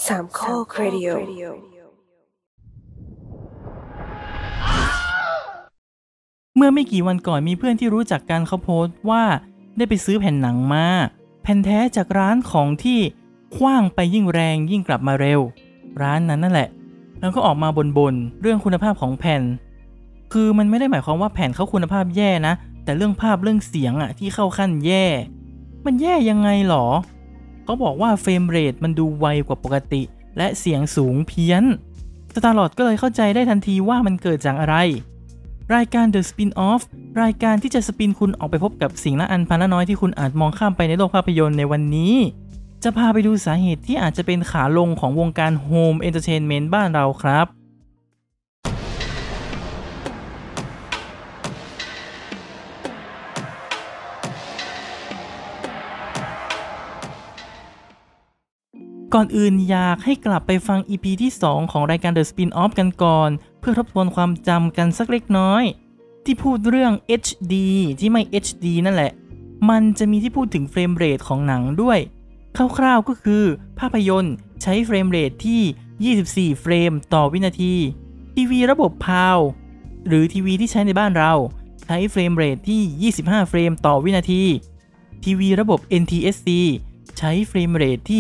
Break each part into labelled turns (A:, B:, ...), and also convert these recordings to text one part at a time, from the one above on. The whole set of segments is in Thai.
A: สามข้อครดิโอ
B: เมื่อไม่กี่วันก่อนมีเพื่อนที่รู้จักกันเขาโพสต์ว่าได้ไปซื้อแผ่นหนังมาแผ่นแท้จากร้านของที่ขว้างไปยิ่งแรงยิ่งกลับมาเร็วร้านนั้นนั่นแหละแล้วก็ออกมาบ่นเรื่องคุณภาพของแผ่นคือมันไม่ได้หมายความว่าแผ่นเขาคุณภาพแย่นะแต่เรื่องภาพเรื่องเสียงที่เข้าขั้นแย่มันแย่ยังไงหรอเขาบอกว่าเฟรมเรทมันดูไวกว่าปกติและเสียงสูงเพี้ยนสตาร์ลอร์ดก็เลยเข้าใจได้ทันทีว่ามันเกิดจากอะไรรายการ The Spin-off รายการที่จะสปินคุณออกไปพบกับสิ่งละอันพันละน้อยที่คุณอาจมองข้ามไปในโลกภาพยนตร์ในวันนี้จะพาไปดูสาเหตุที่อาจจะเป็นขาลงของวงการโฮมเอนเตอร์เทนเมนต์บ้านเราครับก่อนอื่นอยากให้กลับไปฟัง EP ที่ 2 ของรายการ The Spin-off กันก่อนเพื่อทบทวนความจำกันสักเล็กน้อยที่พูดเรื่อง HD ที่ไม่ HD นั่นแหละมันจะมีที่พูดถึงเฟรมเรทของหนังด้วยคร่าวๆก็คือภาพยนตร์ใช้เฟรมเรทที่24เฟรมต่อวินาทีทีวีระบบ PAL หรือทีวีที่ใช้ในบ้านเราใช้เฟรมเรทที่25เฟรมต่อวินาทีทีวีระบบ NTSC ใช้เฟรมเรทที่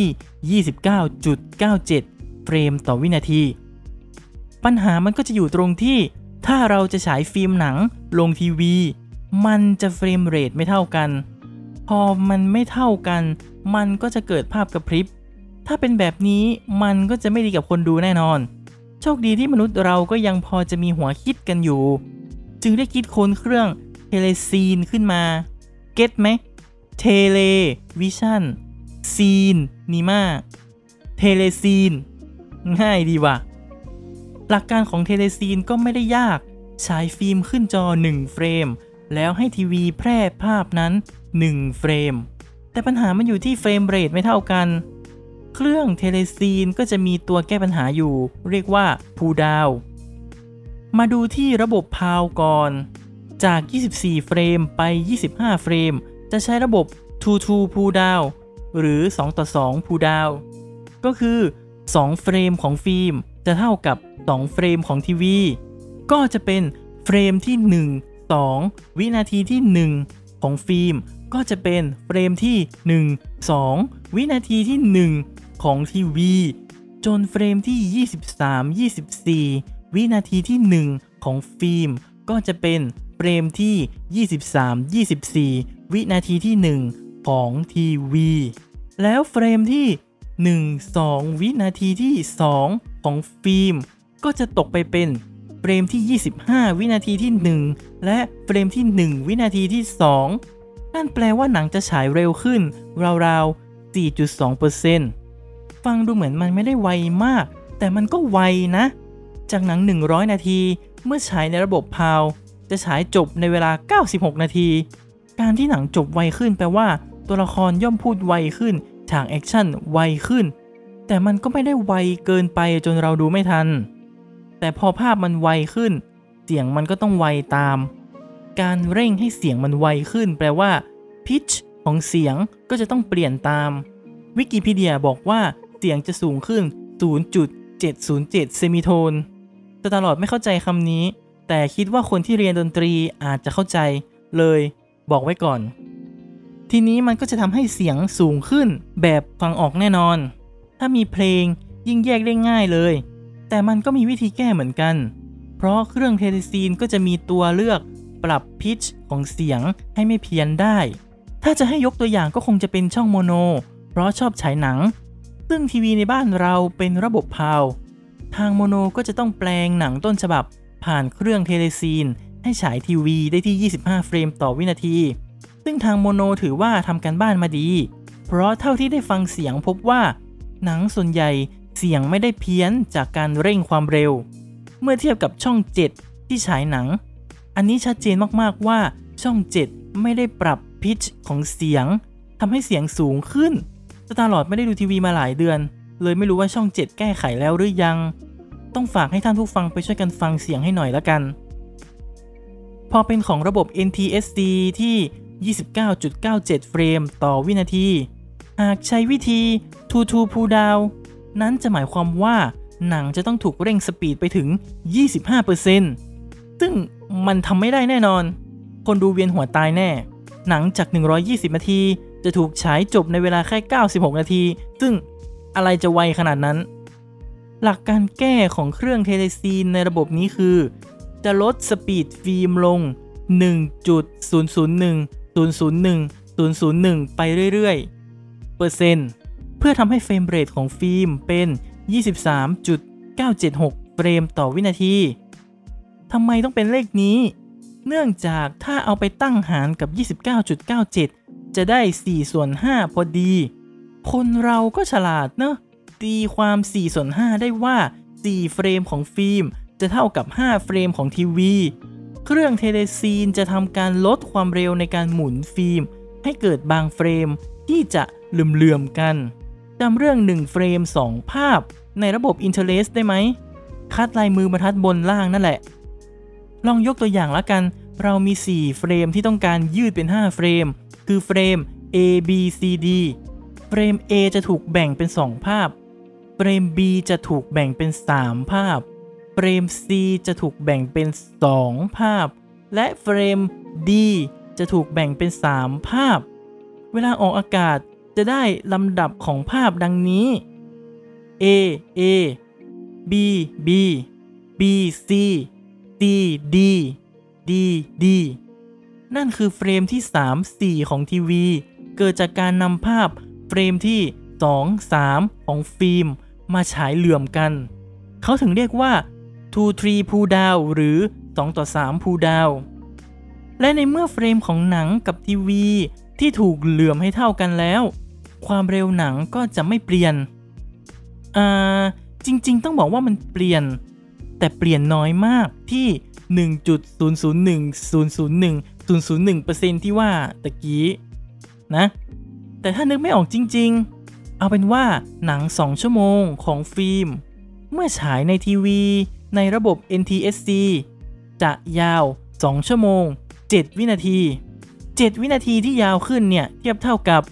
B: 29.97 เฟรมต่อวินาทีปัญหามันก็จะอยู่ตรงที่ถ้าเราจะฉายฟิล์มหนังลงทีวีมันจะเฟรมเรทไม่เท่ากันพอมันไม่เท่ากันมันก็จะเกิดภาพกระพริบถ้าเป็นแบบนี้มันก็จะไม่ดีกับคนดูแน่นอนโชคดีที่มนุษย์เราก็ยังพอจะมีหัวคิดกันอยู่จึงได้คิดค้นเครื่องเทเลซีนขึ้นมาเก็ตไหมเทเลวิชั่นซีนนีมาเทเลซีนง่ายดีว่ะหลักการของเทเลซีนก็ไม่ได้ยากฉายฟิล์มขึ้นจอ1เฟรมแล้วให้ทีวีแพร่ภาพนั้น1เฟรมแต่ปัญหามันอยู่ที่เฟรมเรทไม่เท่ากันเครื่องเทเลซีนก็จะมีตัวแก้ปัญหาอยู่เรียกว่าพูลดาวน์มาดูที่ระบบ PAL ก่อนจาก24เฟรมไป25เฟรมจะใช้ระบบ 2-2 pull down หรือ2:2 pull down ก็คือ2เฟรมของฟิล์มจะเท่ากับ2เฟรมของทีวีก็จะเป็นเฟรมที่1 2วินาทีที่1ของฟิล์มก็จะเป็นเฟรมที่1 2วินาทีที่1ของทีวีจนเฟรมที่23 24วินาทีที่1ของฟิล์มก็จะเป็นเฟรมที่23 24วินาทีที่1ของทีวีแล้วเฟรมที่1-2วินาทีที่2ของฟิล์มก็จะตกไปเป็นเฟรมที่25วินาทีที่1และเฟรมที่1วินาทีที่2นั่นแปลว่าหนังจะฉายเร็วขึ้นราวๆ 4.2% ฟังดูเหมือนมันไม่ได้ไวมากแต่มันก็ไวนะจากหนัง100นาทีเมื่อฉายในระบบ PAL จะฉายจบในเวลา96นาทีการที่หนังจบไวขึ้นแปลว่าตัวละครย่อมพูดไวขึ้นฉากแอคชั่นไวขึ้นแต่มันก็ไม่ได้ไวเกินไปจนเราดูไม่ทันแต่พอภาพมันไวขึ้นเสียงมันก็ต้องไวตามการเร่งให้เสียงมันไวขึ้นแปลว่าพิชของเสียงก็จะต้องเปลี่ยนตามวิกิพีเดียบอกว่าเสียงจะสูงขึ้น 0.707 เซมิโทนแต่ตลอดไม่เข้าใจคำนี้แต่คิดว่าคนที่เรียนดนตรีอาจจะเข้าใจเลยบอกไว้ก่อนทีนี้มันก็จะทำให้เสียงสูงขึ้นแบบฟังออกแน่นอนถ้ามีเพลงยิ่งแยกได้ง่ายเลยแต่มันก็มีวิธีแก้เหมือนกันเพราะเครื่องเทเลซีนก็จะมีตัวเลือกปรับพิชของเสียงให้ไม่เพี้ยนได้ถ้าจะให้ยกตัวอย่างก็คงจะเป็นช่องโมโนเพราะชอบฉายหนังซึ่งทีวีในบ้านเราเป็นระบบ PAL ทางโมโนก็จะต้องแปลงหนังต้นฉบับผ่านเครื่องเทเลซีนให้ฉายทีวีได้ที่25เฟรมต่อวินาทีซึ่งทางโมโนถือว่าทำการบ้านมาดีเพราะเท่าที่ได้ฟังเสียงพบว่าหนังส่วนใหญ่เสียงไม่ได้เพี้ยนจากการเร่งความเร็วเมื่อเทียบกับช่อง7ที่ฉายหนังอันนี้ชัดเจนมากๆว่าช่อง7ไม่ได้ปรับพิชของเสียงทำให้เสียงสูงขึ้นสตาร์ลอร์ดไม่ได้ดูทีวีมาหลายเดือนเลยไม่รู้ว่าช่อง7แก้ไขแล้วหรือยังต้องฝากให้ท่านผู้ฟังไปช่วยกันฟังเสียงให้หน่อยละกันพอเป็นของระบบ NTSC ที่ 29.97 เฟรมต่อวินาทีหากใช้วิธี 2-2 pull down นั้นจะหมายความว่าหนังจะต้องถูกเร่งสปีดไปถึง 25% ซึ่งมันทำไม่ได้แน่นอนคนดูเวียนหัวตายแน่หนังจาก120นาทีจะถูกฉายจบในเวลาแค่96นาทีซึ่งอะไรจะไวขนาดนั้นหลักการแก้ของเครื่องเทเลซีนในระบบนี้คือจะลดสปีดฟิล์มลง 1.001001 ไปเรื่อยๆเปอร์เซ็นต์เพื่อทำให้เฟรมเรทของฟิล์มเป็น 23.976 เฟรมต่อวินาทีทำไมต้องเป็นเลขนี้เนื่องจากถ้าเอาไปตั้งหารกับ 29.97 จะได้ 4/5 พอดีคนเราก็ฉลาดเนอะตีความ 4/5 ได้ว่า 4 เฟรมของฟิล์มจะเท่ากับ 5 เฟรมของทีวีเครื่องเทเลซีนจะทำการลดความเร็วในการหมุนฟิล์มให้เกิดบางเฟรมที่จะเหลื่อมๆกันจำเรื่อง1เฟรม2ภาพในระบบ Interlace ได้ไหมคัดลายมือบรรทัดบนล่างนั่นแหละลองยกตัวอย่างละกันเรามี4เฟรมที่ต้องการยืดเป็น5เฟรมคือเฟรม A B C D เฟรม A จะถูกแบ่งเป็น2ภาพเฟรม B จะถูกแบ่งเป็น3ภาพเฟรม C จะถูกแบ่งเป็น2ภาพและเฟรม D จะถูกแบ่งเป็น3ภาพเวลาออกอากาศจะได้ลำดับของภาพดังนี้ A A B B B C C D D D นั่นคือเฟรมที่3 4ของทีวีเกิดจากการนำภาพเฟรมที่2 3ของฟิล์มมาฉายเหลื่อมกันเขาถึงเรียกว่า 2-3 pull down หรือ 2:3 pull down และในเมื่อเฟรมของหนังกับทีวีที่ถูกเหลื่อมให้เท่ากันแล้วความเร็วหนังก็จะไม่เปลี่ยนจริงๆต้องบอกว่ามันเปลี่ยนแต่เปลี่ยนน้อยมากที่ 1.001001% ที่ว่าตะกี้นะแต่ถ้านึกไม่ออกจริงๆเอาเป็นว่าหนัง2ชั่วโมงของฟิล์มเมื่อฉายในทีวีในระบบ NTSC จะยาว2ชั่วโมง7วินาที7วินาทีที่ยาวขึ้นเนี่ยเทียบเท่ากับ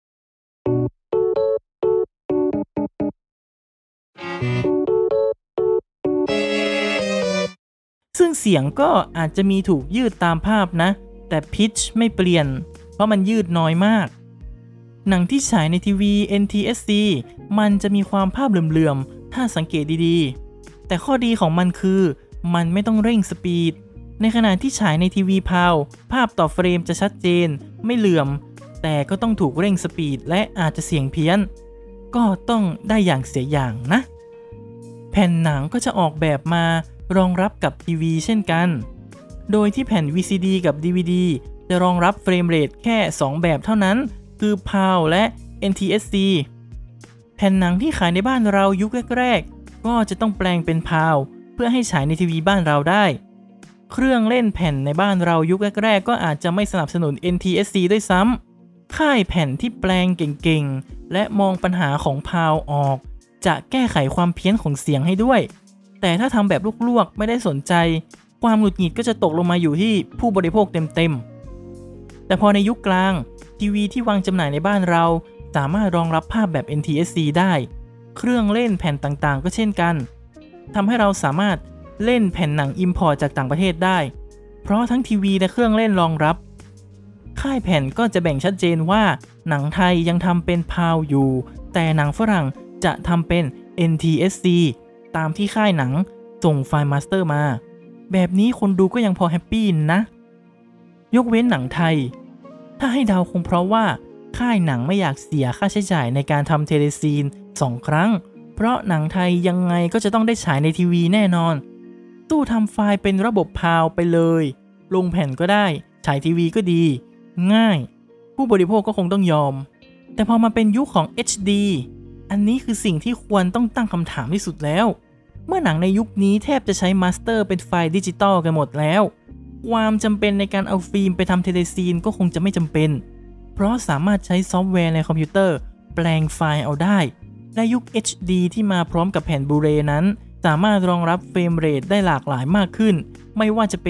B: ซึ่งเสียงก็อาจจะมีถูกยืดตามภาพนะแต่พิชไม่เปลี่ยนเพราะมันยืดน้อยมากหนังที่ฉายในทีวี NTSC มันจะมีความภาพเหลื่อมๆถ้าสังเกตดีๆแต่ข้อดีของมันคือมันไม่ต้องเร่งสปีดในขณะที่ฉายในทีวีพาวภาพต่อเฟรมจะชัดเจนไม่เหลื่อมแต่ก็ต้องถูกเร่งสปีดและอาจจะเสียงเพี้ยนก็ต้องได้อย่างเสียอย่างนะแผ่นหนังก็จะออกแบบมารองรับกับทีวีเช่นกันโดยที่แผ่น VCD กับ DVD จะรองรับเฟรมเรทแค่2แบบเท่านั้นคือ PAL และ NTSC แผ่นหนังที่ขายในบ้านเรายุคแรกๆก็จะต้องแปลงเป็น PAL เพื่อให้ฉายในทีวีบ้านเราได้เครื่องเล่นแผ่นในบ้านเรายุคแรกๆก็อาจจะไม่สนับสนุน NTSC ด้วยซ้ำค่ายแผ่นที่แปลงเก่งๆและมองปัญหาของ PAL ออกจะแก้ไขความเพี้ยนของเสียงให้ด้วยแต่ถ้าทำแบบลวกๆไม่ได้สนใจความหงุดหงิดก็จะตกลงมาอยู่ที่ผู้บริโภคเต็มๆแต่พอในยุคกลางทีวีที่วางจำหน่ายในบ้านเราสามารถรองรับภาพแบบ NTSC ได้เครื่องเล่นแผ่นต่างๆก็เช่นกันทำให้เราสามารถเล่นแผ่นหนัง Import จากต่างประเทศได้เพราะทั้งทีวีและเครื่องเล่นรองรับค่ายแผ่นก็จะแบ่งชัดเจนว่าหนังไทยยังทำเป็น PAL อยู่แต่หนังฝรั่งจะทำเป็น NTSC ตามที่ค่ายหนังส่งไฟล์มาสเตอร์มาแบบนี้คนดูก็ยังพอแฮปปี้นะยกเว้นหนังไทยถ้าให้เดาคงเพราะว่าค่ายหนังไม่อยากเสียค่าใช้จ่ายในการทำเทเลซีน2 ครั้งเพราะหนังไทยยังไงก็จะต้องได้ฉายในทีวีแน่นอนตู้ทำไฟล์เป็นระบบ PAL ไปเลยลงแผ่นก็ได้ฉายทีวีก็ดีง่ายผู้บริโภคก็คงต้องยอมแต่พอมาเป็นยุคของ HD อันนี้คือสิ่งที่ควรต้องตั้งคำถามที่สุดแล้วเมื่อหนังในยุคนี้แทบจะใช้มาสเตอร์เป็นไฟล์ดิจิตอลกันหมดแล้วความจำเป็นในการเอาฟิล์มไปทำเทเลซีนก็คงจะไม่จำเป็นเพราะสามารถใช้ซอฟต์แวร์ในคอมพิวเตอร์แปลงไฟล์เอาได้และยุค HD ที่มาพร้อมกับแผ่นบูเรนั้นสามารถรองรับเฟรมเรทได้หลากหลายมากขึ้นไม่ว่าจะเป็น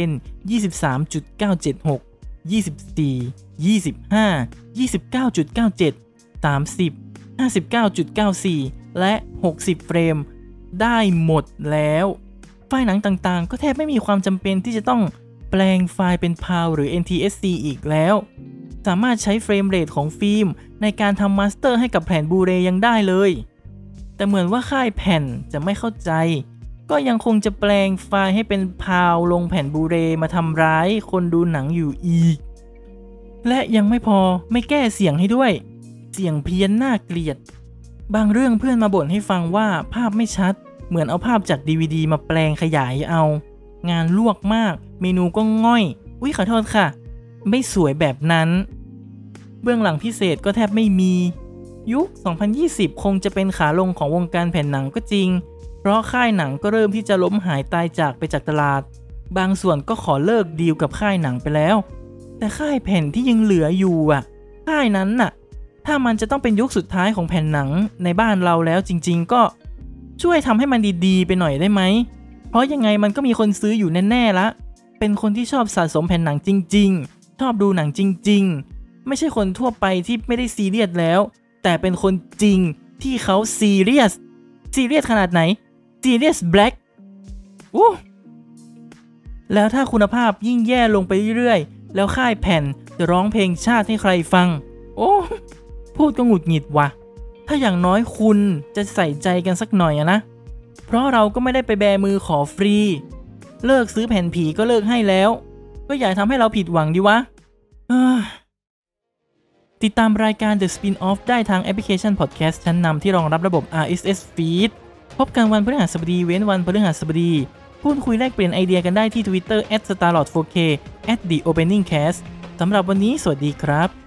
B: 23.976 24 25 29.97 30 59.94 และ60เฟรมได้หมดแล้วไฟล์หนังต่างๆก็แทบไม่มีความจำเป็นที่จะต้องแปลงไฟล์เป็น PAL หรือ NTSC อีกแล้วสามารถใช้เฟรมเรทของฟิล์มในการทำมาสเตอร์ให้กับแผ่นบูเรยังได้เลยแต่เหมือนว่าค่ายแผ่นจะไม่เข้าใจก็ยังคงจะแปลงไฟล์ให้เป็น PAL ลงแผ่นบูเรมาทำร้ายคนดูหนังอยู่อีกและยังไม่พอไม่แก้เสียงให้ด้วยเสียงเพี้ยนน่าเกลียดบางเรื่องเพื่อนมาบ่นให้ฟังว่าภาพไม่ชัดเหมือนเอาภาพจาก DVD มาแปลงขยายเอางานลวกมากเมนูก็ง่อยอุ๊ยขอโทษค่ะไม่สวยแบบนั้นเบื้องหลังพิเศษก็แทบไม่มียุค 2020 คงจะเป็นขาลงของวงการแผ่นหนังก็จริงเพราะค่ายหนังก็เริ่มที่จะล้มหายตายจากไปจากตลาดบางส่วนก็ขอเลิกดีลกับค่ายหนังไปแล้วแต่ค่ายแผ่นที่ยังเหลืออยู่ค่ายนั้นน่ะถ้ามันจะต้องเป็นยุคสุดท้ายของแผ่นหนังในบ้านเราแล้วจริงๆก็ช่วยทำให้มันดีๆไปหน่อยได้ไหมเพราะยังไงมันก็มีคนซื้ออยู่แน่ๆละเป็นคนที่ชอบสะสมแผ่นหนังจริงๆชอบดูหนังจริงๆไม่ใช่คนทั่วไปที่ไม่ได้ซีเรียสแล้วแต่เป็นคนจริงที่เขาซีเรียสขนาดไหนซีเรียสแบล็คแล้วถ้าคุณภาพยิ่งแย่ลงไปเรื่อยๆแล้วค่ายแผ่นจะร้องเพลงชาติให้ใครฟังพูดก็หงุดหงิดว่ะถ้าอย่างน้อยคุณจะใส่ใจกันสักหน่อยนะเพราะเราก็ไม่ได้ไปแบมือขอฟรีเลิกซื้อแผ่นผีก็เลิกให้แล้วก็อย่าทำให้เราผิดหวังดิวะติดตามรายการ The Spin-off ได้ทางแอปพลิเคชัน Podcast ชั้นนำที่รองรับระบบ RSS Feed พบกันวันพฤหัสบดีเว้นวันพฤหัสบดีพูดคุยแลกเปลี่ยนไอเดียกันได้ที่ Twitter @starlord4k @theopeningcast สำหรับวันนี้สวัสดีครับ